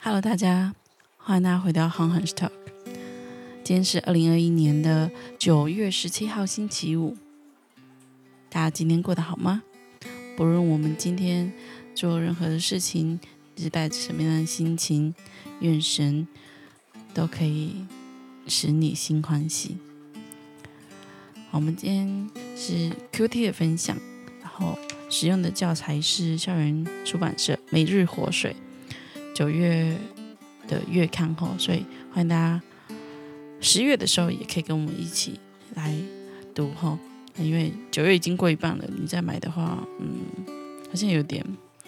Hello，大家，欢迎大家回到 Han's Talk。今天是2021年的9月17号，星期五。大家今天过得好吗？不论我们今天做任何的事情，是带着什么样的心情，愿神都可以使你心欢喜。好，我们今天是 QT 的分享，然后使用的教材是校园出版社每日活水9月的月刊后，所以欢迎大家10月的时候也可以跟我们一起来读后，因为9月已经过一半了，你再买的话，好像有点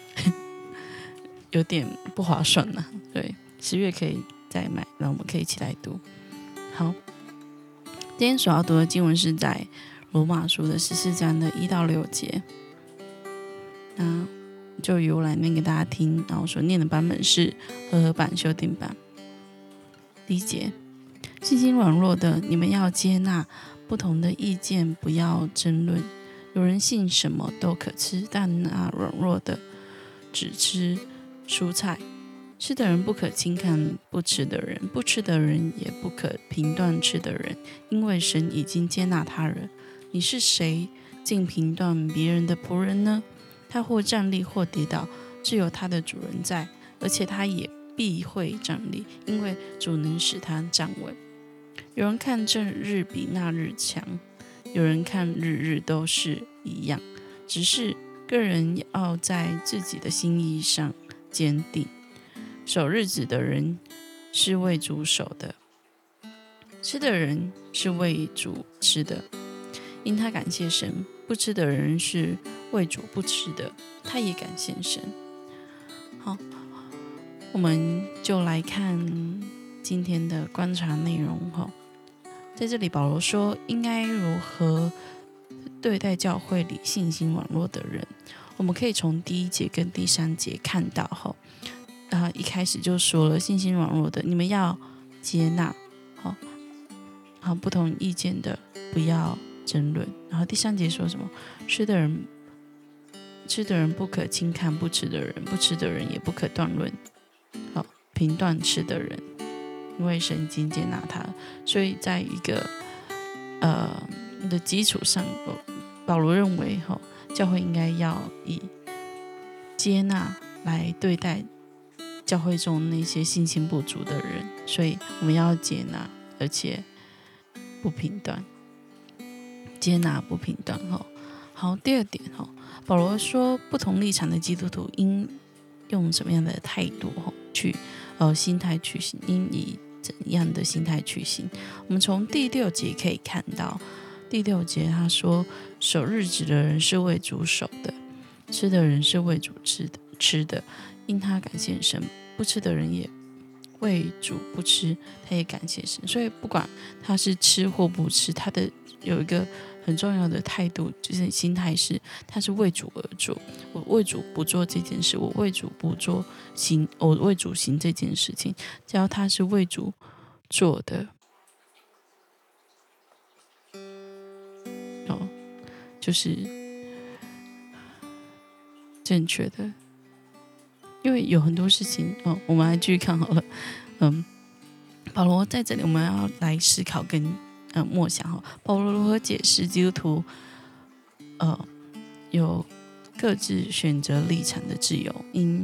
不划算了。对，10月可以再买，那我们可以一起来读。好，今天所要读的经文是在罗马书的14章的1到6节。那就由我来念给大家听，然后所念的版本是和合版修订版。第一节，信心软弱的，你们要接纳不同的意见，不要争论。有人信什么都可吃，但那软弱的只吃蔬菜。吃的人不可轻看不吃的人，不吃的人也不可评断吃的人，因为神已经接纳他人。你是谁，竟评断别人的仆人呢？他或站立或跌倒，只有他的主人在，而且他也必会站立，因为主能使他站稳。有人看这日比那日强，有人看日日都是一样，只是个人要在自己的心意上坚定。守日子的人是为主守的，吃的人是为主吃的，因他感谢神；不吃的人是为主不吃的，他也感谢神。好，我们就来看今天的观察内容。在这里保罗说应该如何对待教会里信心软弱的人。我们可以从第1节跟第3节看到一开始就说了信心软弱的，你们要接纳不同意见的不要争论。然后第3节说什么？吃的人不可轻看不吃的人，不吃的人也不可断论评断吃的人，因为神已经接纳他。所以在一个的基础上，保罗认为教会应该要以接纳来对待教会中那些信心不足的人，所以我们要接纳，而且不评断，接纳不评断。好，第2点保罗说不同立场的基督徒应用什么样的态度去心态去行，应以怎样的心态去行。我们从第6节可以看到，第6节他说守日子的人是为主守的，吃的人是为主吃的，因他感谢神；不吃的人也为主不吃，他也感谢神。所以不管他是吃或不吃，他的有一个很重要的态度，就是心态是他是为主而做。我为主不做这件事，我为主不做行，我为主行这件事情，只要他是为主做的就是正确的。因为有很多事情我们来继续看好了。保罗在这里我们要来思考跟默想保罗如何解释基督徒有各自选择立场的自由，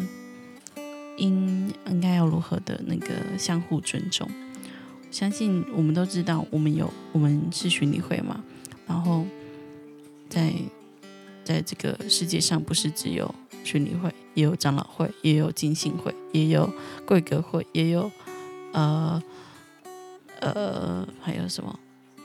应该要如何的那个相互尊重。相信我们都知道，我们是巡礼会嘛，然后在这个世界上不是只有巡礼会，也有长老会，也有浸信会，也有贵格会，也有还有什么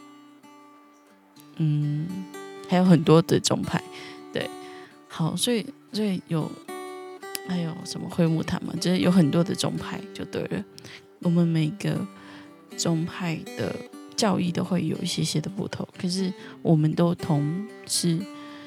还有很多的宗派。对，好，所以还有什么会幕坛嘛，就是有很多的宗派就对了。我们每个宗派的教义都会有一些的不同，可是我们都同是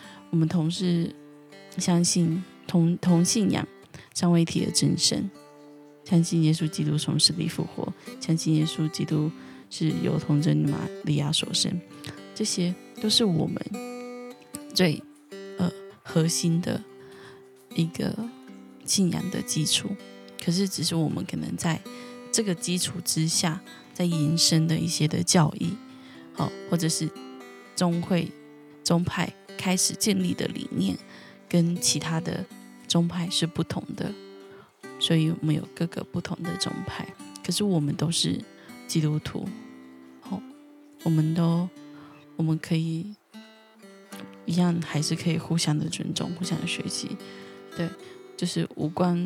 相信同信仰三位一体的真神，相信耶稣基督从死里复活，相信耶稣基督是由童贞玛利亚所生，这些都是我们最核心的一个信仰的基础。 可是只是我们可能在这个基础之下，在延伸的一些的教义，或者是宗派开始建立的理念，跟其他的宗派是不同的，所以我们有各个不同的宗派，可是我们都是基督徒，我们可以一样，还是可以互相的尊重，互相的学习，对，就是无关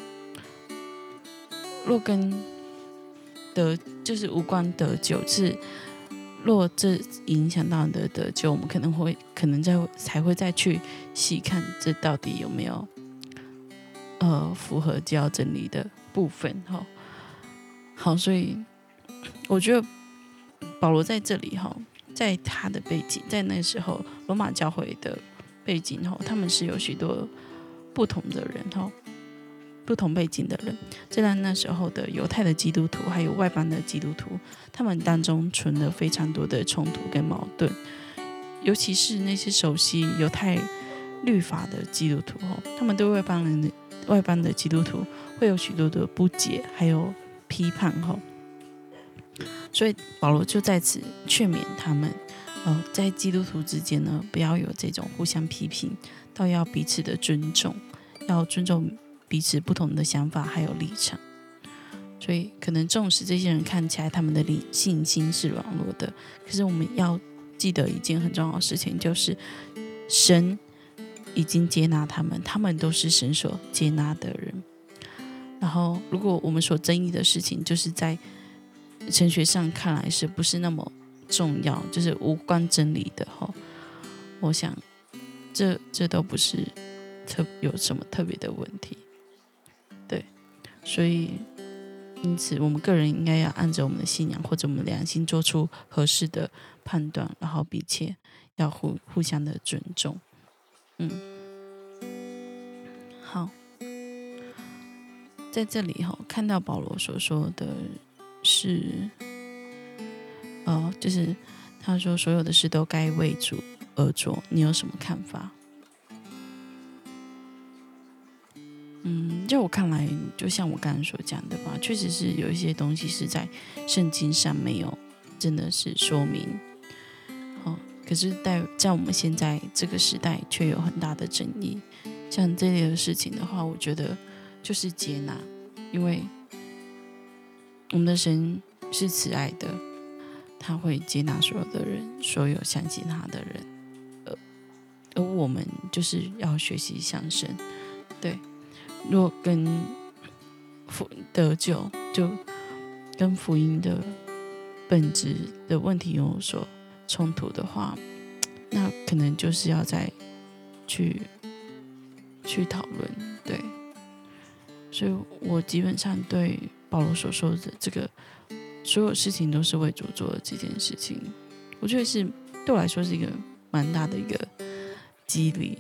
若跟就是无关得救，是若这影响到你的得救，我们可能才会再去细看这到底有没有符合教真理的部分。好，所以我觉得保罗在这里在他的背景，在那时候罗马教会的背景他们是有许多不同的人不同背景的人，在那时候的犹太的基督徒还有外邦的基督徒，他们当中存了非常多的冲突跟矛盾，尤其是那些熟悉犹太律法的基督徒他们对外邦的基督徒会有许多的不解还有批判所以保罗就在此劝勉他们在基督徒之间呢，不要有这种互相批评，倒要彼此的尊重，要尊重彼此不同的想法还有立场。所以可能纵使这些人看起来他们的信心是软弱的，可是我们要记得一件很重要的事情，就是神已经接纳他们，他们都是神所接纳的人。然后如果我们所争议的事情就是在神学上看来是不是那么重要，就是无关真理的我想这都不是有什么特别的问题。对，所以因此我们个人应该要按照我们的信仰或者我们的良心做出合适的判断，然后并且要互相的尊重。好，在这里看到保罗所说的是就是他说所有的事都该为主而做，你有什么看法？就我看来，就像我刚刚所讲的吧，确实是有一些东西是在圣经上没有真的是说明，可是在我们现在这个时代却有很大的争议。像这类的事情的话，我觉得就是接纳，因为我们的神是慈爱的，他会接纳所有的人，所有相信他的人，而我们就是要学习向神。对，若跟得救就跟福音的本质的问题有所冲突的话，那可能就是要再去讨论。对，所以我基本上对保罗所说的这个所有事情都是为主做的这件事情，我觉得是对我来说是一个蛮大的一个激励，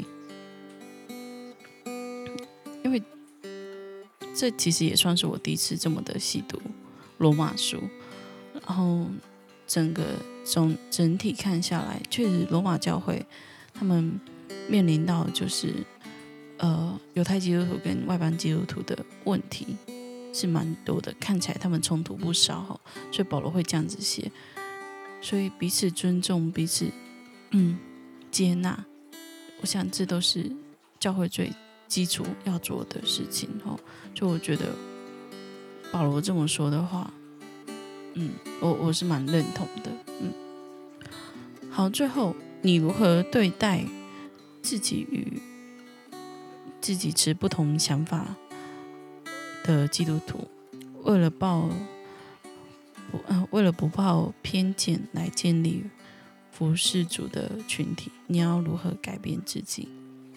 因为这其实也算是我第一次这么的细读罗马书，然后整体看下来，确实罗马教会他们面临到就是犹太基督徒跟外邦基督徒的问题是蛮多的，看起来他们冲突不少，所以保罗会这样子写，所以彼此尊重，彼此接纳，我想这都是教会最基础要做的事情。就我觉得保罗这么说的话，我是蛮认同的。好，最后你如何对待自己与自己持不同想法的基督徒，为了不抱偏见来建立服事主的群体，你要如何改变自己？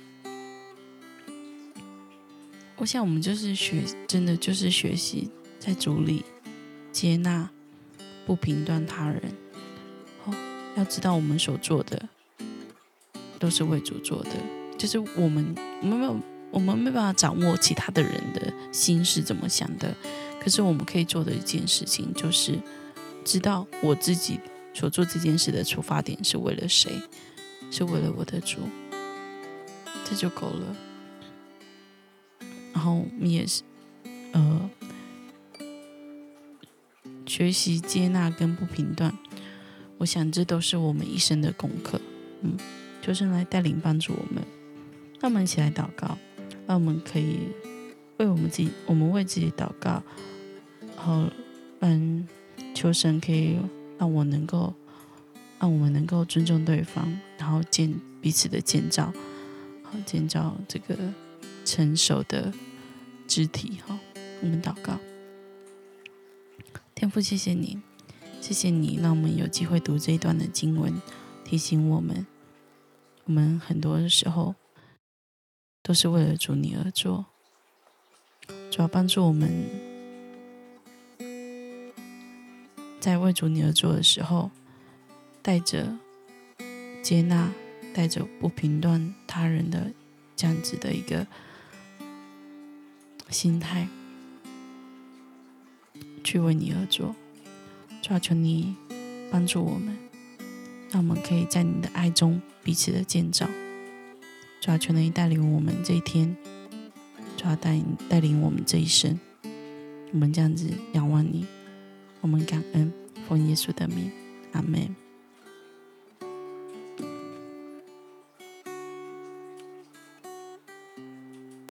我想我们就是真的就是学习在主里接纳，不评断他人。要知道我们所做的都是为主做的，就是我们没办法掌握其他的人的心是怎么想的，可是我们可以做的一件事情就是知道我自己所做这件事的出发点是为了谁，是为了我的主，这就够了。然后学习接纳跟不评断，我想这都是我们一生的功课。求神来带领帮助我们。让我们一起来祷告，让我们可以为我们为自己祷告，然后求神可以让我们能够尊重对方，然后彼此的建造这个成熟的肢体。我们祷告。天父，谢谢你让我们有机会读这一段的经文，提醒我们很多的时候都是为了主你而做。主要帮助我们在为主你而做的时候，带着接纳，带着不评断他人的这样子的一个心态去为你而做。主要求你帮助我们，让我们可以在你的爱中彼此的建造。主要求你带领我们这一天，主要带领我们这一生。我们这样子仰望你，我们感恩，奉耶稣的名，阿们。